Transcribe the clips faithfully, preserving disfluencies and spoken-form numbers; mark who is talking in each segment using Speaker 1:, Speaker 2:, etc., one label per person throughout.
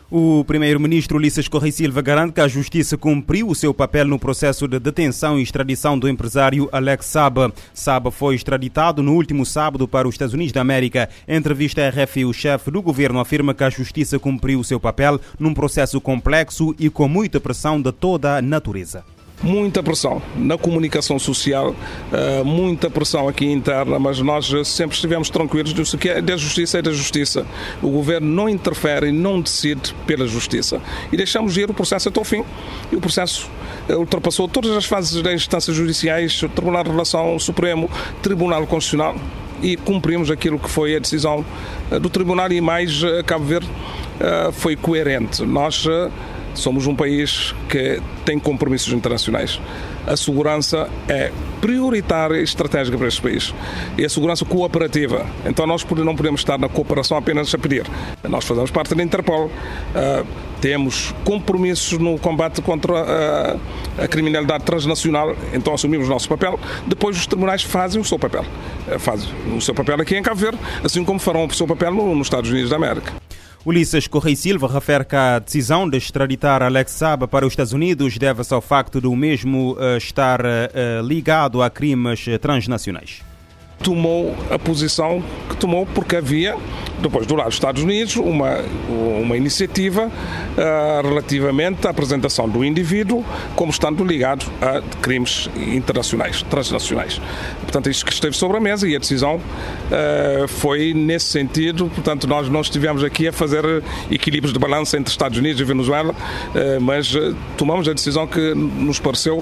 Speaker 1: O primeiro-ministro Ulisses Correia Silva garante que a Justiça cumpriu o seu papel no processo de detenção e extradição do empresário Alex Saab. Saab foi extraditado no último sábado para os Estados Unidos da América. Em entrevista à R F I, o chefe do governo afirma que a Justiça cumpriu o seu papel num processo complexo e com muita pressão de toda a natureza.
Speaker 2: Muita pressão na comunicação social, muita pressão aqui interna, mas nós sempre estivemos tranquilos do que é da justiça é da justiça. O governo não interfere e não decide pela justiça. E deixamos ir o processo até o fim. E o processo ultrapassou todas as fases das instâncias judiciais, o Tribunal de Relação, o Supremo, Tribunal Constitucional, e cumprimos aquilo que foi a decisão do Tribunal e mais Cabo Verde foi coerente. Nós somos um país que tem compromissos internacionais. A segurança é prioritária e estratégica para este país. E a segurança cooperativa. Então nós não podemos estar na cooperação apenas a pedir. Nós fazemos parte da Interpol. Uh, temos compromissos no combate contra a, a criminalidade transnacional. Então assumimos o nosso papel. Depois os tribunais fazem o seu papel. Uh, fazem o seu papel aqui em Cabo Verde, assim como farão o seu papel no, nos Estados Unidos da América.
Speaker 1: Ulisses Correia Silva refere que a decisão de extraditar Alex Saab para os Estados Unidos deve-se ao facto do mesmo uh, estar uh, ligado a crimes transnacionais.
Speaker 2: Tomou a posição que tomou porque havia, depois do lado dos Estados Unidos, uma, uma iniciativa uh, relativamente à apresentação do indivíduo como estando ligado a crimes internacionais, transnacionais. Portanto, isto que esteve sobre a mesa e a decisão uh, foi nesse sentido. Portanto, nós não estivemos aqui a fazer equilíbrios de balança entre Estados Unidos e Venezuela, uh, mas uh, tomamos a decisão que nos pareceu uh,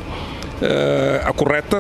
Speaker 2: a correta.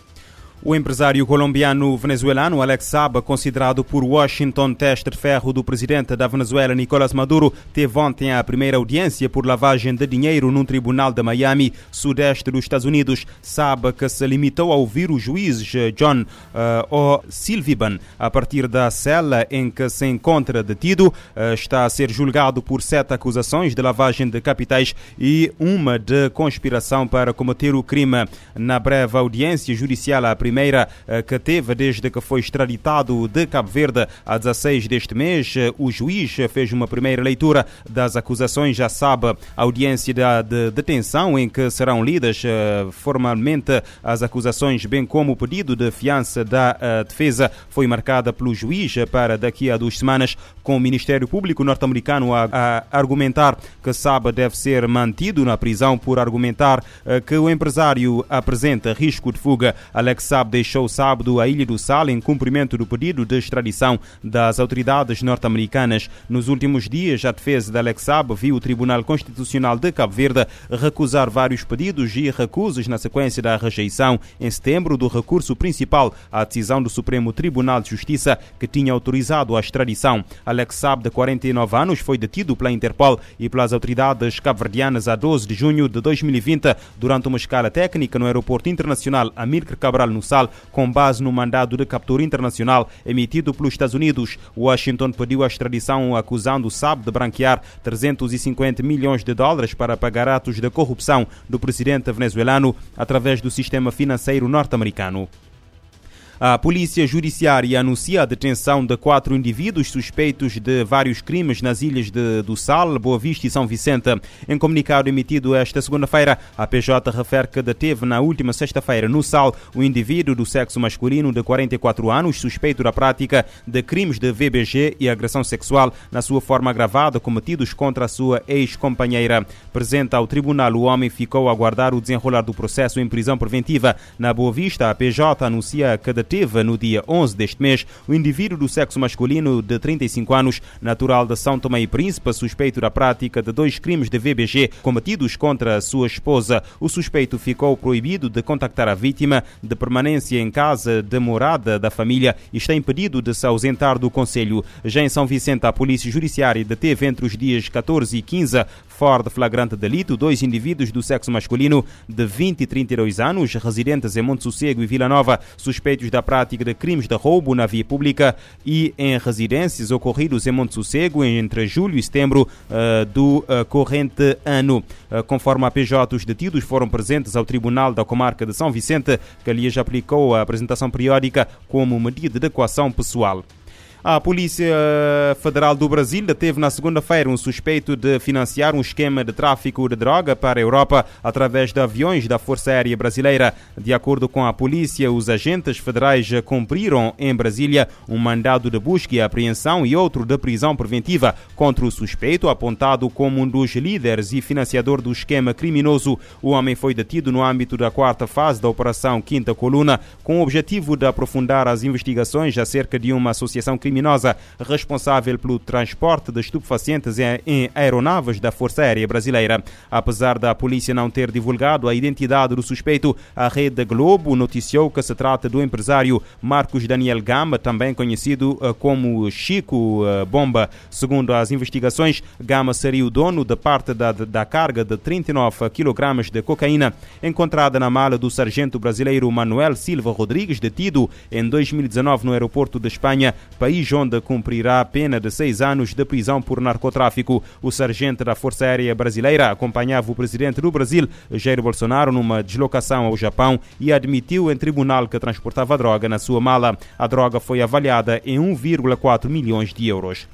Speaker 1: O empresário colombiano-venezuelano Alex Saab, considerado por Washington teste de ferro do presidente da Venezuela, Nicolás Maduro, teve ontem a primeira audiência por lavagem de dinheiro num tribunal de Miami, sudeste dos Estados Unidos. Saab, que se limitou a ouvir o juiz John uh, O'Sullivan a partir da cela em que se encontra detido, uh, está a ser julgado por sete acusações de lavagem de capitais e uma de conspiração para cometer o crime. Na breve audiência judicial, a primeira que teve desde que foi extraditado de Cabo Verde a dezasseis deste mês, o juiz fez uma primeira leitura das acusações. Já sabe, a audiência de detenção em que serão lidas formalmente as acusações, bem como o pedido de fiança da defesa, foi marcada pelo juiz para daqui a duas semanas, com o Ministério Público norte-americano a, a argumentar que Saab deve ser mantido na prisão por argumentar que o empresário apresenta risco de fuga. Alex Saab deixou sábado a Ilha do Sal em cumprimento do pedido de extradição das autoridades norte-americanas. Nos últimos dias, a defesa de Alex Saab viu o Tribunal Constitucional de Cabo Verde recusar vários pedidos e recusas na sequência da rejeição em setembro do recurso principal à decisão do Supremo Tribunal de Justiça que tinha autorizado a extradição. Alex Saab, de quarenta e nove anos, foi detido pela Interpol e pelas autoridades cabo-verdianas a doze de junho de dois mil e vinte durante uma escala técnica no aeroporto internacional Amílcar Cabral no Sal, com base no mandado de captura internacional emitido pelos Estados Unidos. Washington pediu a extradição acusando Saab de branquear trezentos e cinquenta milhões de dólares para pagar atos de corrupção do presidente venezuelano através do sistema financeiro norte-americano. A Polícia Judiciária anuncia a detenção de quatro indivíduos suspeitos de vários crimes nas ilhas de, do Sal, Boa Vista e São Vicente. Em comunicado emitido esta segunda-feira, a P J refere que deteve na última sexta-feira no Sal um indivíduo do sexo masculino de quarenta e quatro anos suspeito da prática de crimes de V B G e agressão sexual na sua forma agravada cometidos contra a sua ex-companheira. Presente ao tribunal, o homem ficou a aguardar o desenrolar do processo em prisão preventiva. Na Boa Vista, a P J anuncia que teve no dia onze deste mês o indivíduo do sexo masculino de trinta e cinco anos, natural de São Tomé e Príncipe, suspeito da prática de dois crimes de V B G cometidos contra a sua esposa. O suspeito ficou proibido de contactar a vítima, de permanência em casa de morada da família e está impedido de se ausentar do concelho. Já em São Vicente, a Polícia Judiciária deteve entre os dias catorze e quinze, fora de flagrante delito, dois indivíduos do sexo masculino de vinte e trinta e dois anos, residentes em Monte Sossego e Vila Nova, suspeitos da prática de crimes de roubo na via pública e em residências ocorridos em Monte Sossego entre julho e setembro uh, do uh, corrente ano. Uh, conforme a P J, os detidos foram presentes ao Tribunal da Comarca de São Vicente, que lhes aplicou a apresentação periódica como medida de coação pessoal. A Polícia Federal do Brasil deteve na segunda-feira um suspeito de financiar um esquema de tráfico de droga para a Europa através de aviões da Força Aérea Brasileira. De acordo com a polícia, os agentes federais cumpriram em Brasília um mandado de busca e apreensão e outro de prisão preventiva contra o suspeito, apontado como um dos líderes e financiador do esquema criminoso. O homem foi detido no âmbito da quarta fase da Operação Quinta Coluna, com o objetivo de aprofundar as investigações acerca de uma associação criminosa responsável pelo transporte de estupefacientes em aeronaves da Força Aérea Brasileira. Apesar da polícia não ter divulgado a identidade do suspeito, a Rede Globo noticiou que se trata do empresário Marcos Daniel Gama, também conhecido como Chico Bomba. Segundo as investigações, Gama seria o dono de parte da, da carga de trinta e nove quilogramas de cocaína encontrada na mala do sargento brasileiro Manuel Silva Rodrigues, detido em dois mil e dezanove no aeroporto de Espanha, país onde cumprirá a pena de seis anos de prisão por narcotráfico. O sargento da Força Aérea Brasileira acompanhava o presidente do Brasil, Jair Bolsonaro, numa deslocação ao Japão e admitiu em tribunal que transportava droga na sua mala. A droga foi avaliada em um vírgula quatro milhões de euros.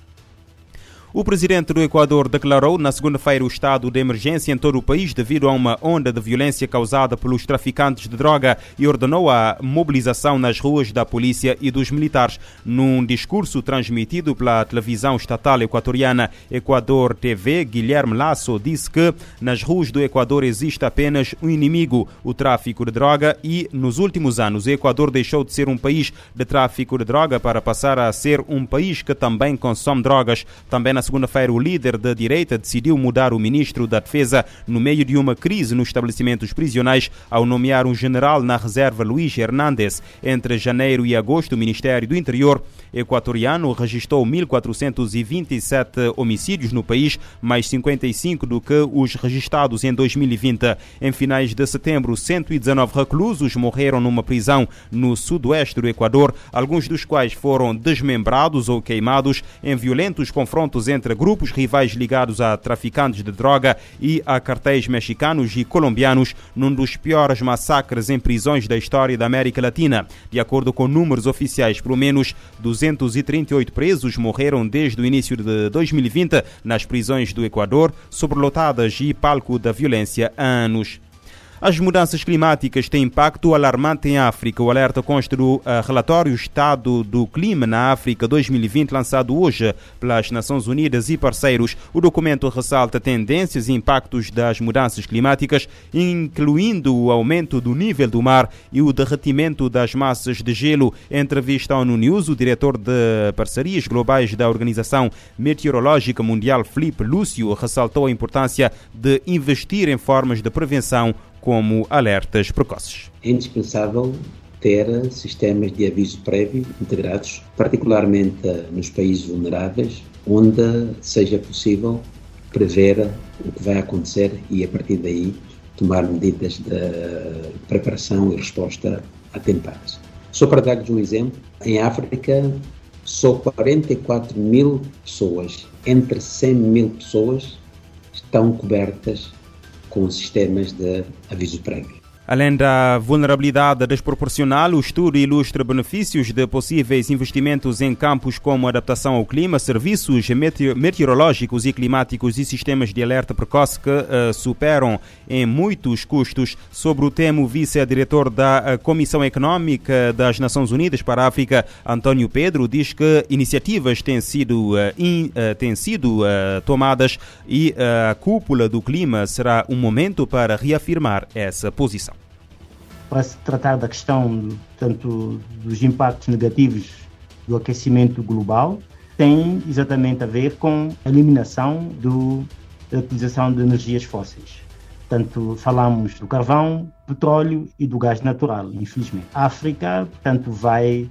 Speaker 1: O presidente do Equador declarou na segunda-feira o estado de emergência em todo o país devido a uma onda de violência causada pelos traficantes de droga e ordenou a mobilização nas ruas da polícia e dos militares. Num discurso transmitido pela televisão estatal equatoriana Equador T V, Guilherme Lasso disse que nas ruas do Equador existe apenas um inimigo, o tráfico de droga, e nos últimos anos o Equador deixou de ser um país de tráfico de droga para passar a ser um país que também consome drogas. Também na Na segunda-feira, o líder da direita decidiu mudar o ministro da Defesa no meio de uma crise nos estabelecimentos prisionais ao nomear um general na reserva, Luís Hernández. Entre janeiro e agosto, o Ministério do Interior equatoriano registrou mil quatrocentos e vinte e sete homicídios no país, mais cinquenta e cinco do que os registrados em dois mil e vinte. Em finais de setembro, cento e dezanove reclusos morreram numa prisão no sudoeste do Equador, alguns dos quais foram desmembrados ou queimados em violentos confrontos entre grupos rivais ligados a traficantes de droga e a cartéis mexicanos e colombianos, num dos piores massacres em prisões da história da América Latina. De acordo com números oficiais, pelo menos duzentos e trinta e oito presos morreram desde o início de dois mil e vinte nas prisões do Equador, sobrelotadas e palco da violência há anos. As mudanças climáticas têm impacto alarmante em África. O alerta consta do uh, relatório Estado do Clima na África dois mil e vinte, lançado hoje pelas Nações Unidas e parceiros. O documento ressalta tendências e impactos das mudanças climáticas, incluindo o aumento do nível do mar e o derretimento das massas de gelo. Em entrevista à ONU News, o diretor de parcerias globais da Organização Meteorológica Mundial, Filipe Lúcio, ressaltou a importância de investir em formas de prevenção como alertas precoces.
Speaker 3: É indispensável ter sistemas de aviso prévio integrados, particularmente nos países vulneráveis, onde seja possível prever o que vai acontecer e, a partir daí, tomar medidas de preparação e resposta atempadas. Só para dar-lhes um exemplo, em África, só quarenta e quatro mil pessoas, entre cem mil pessoas, estão cobertas com sistemas de aviso prévio.
Speaker 1: Além da vulnerabilidade desproporcional, o estudo ilustra benefícios de possíveis investimentos em campos como adaptação ao clima, serviços meteorológicos e climáticos e sistemas de alerta precoce que uh, superam em muitos custos. Sobre o tema, o vice-diretor da Comissão Económica das Nações Unidas para a África, António Pedro, diz que iniciativas têm sido, uh, in, uh, têm sido uh, tomadas e uh, a cúpula do clima será um momento para reafirmar essa posição.
Speaker 4: Para se tratar da questão tanto dos impactos negativos do aquecimento global, tem exatamente a ver com a eliminação do, da utilização de energias fósseis. Portanto, falamos do carvão, petróleo e do gás natural, infelizmente. A África, portanto, vai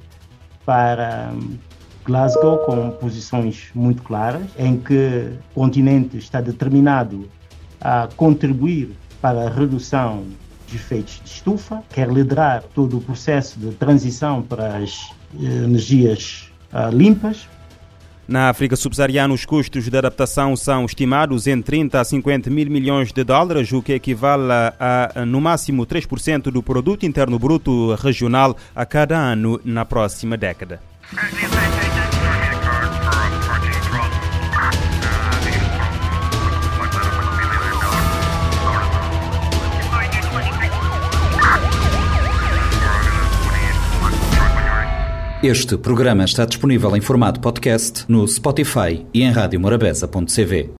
Speaker 4: para Glasgow com posições muito claras, em que o continente está determinado a contribuir para a redução de efeitos de estufa, quer liderar todo o processo de transição para as energias uh, limpas.
Speaker 1: Na África subsaariana, os custos de adaptação são estimados em trinta a cinquenta mil milhões de dólares, o que equivale a, a no máximo três por cento do produto interno bruto regional a cada ano na próxima década.
Speaker 5: Este programa está disponível em formato podcast no Spotify e em rádio morabeza ponto c v.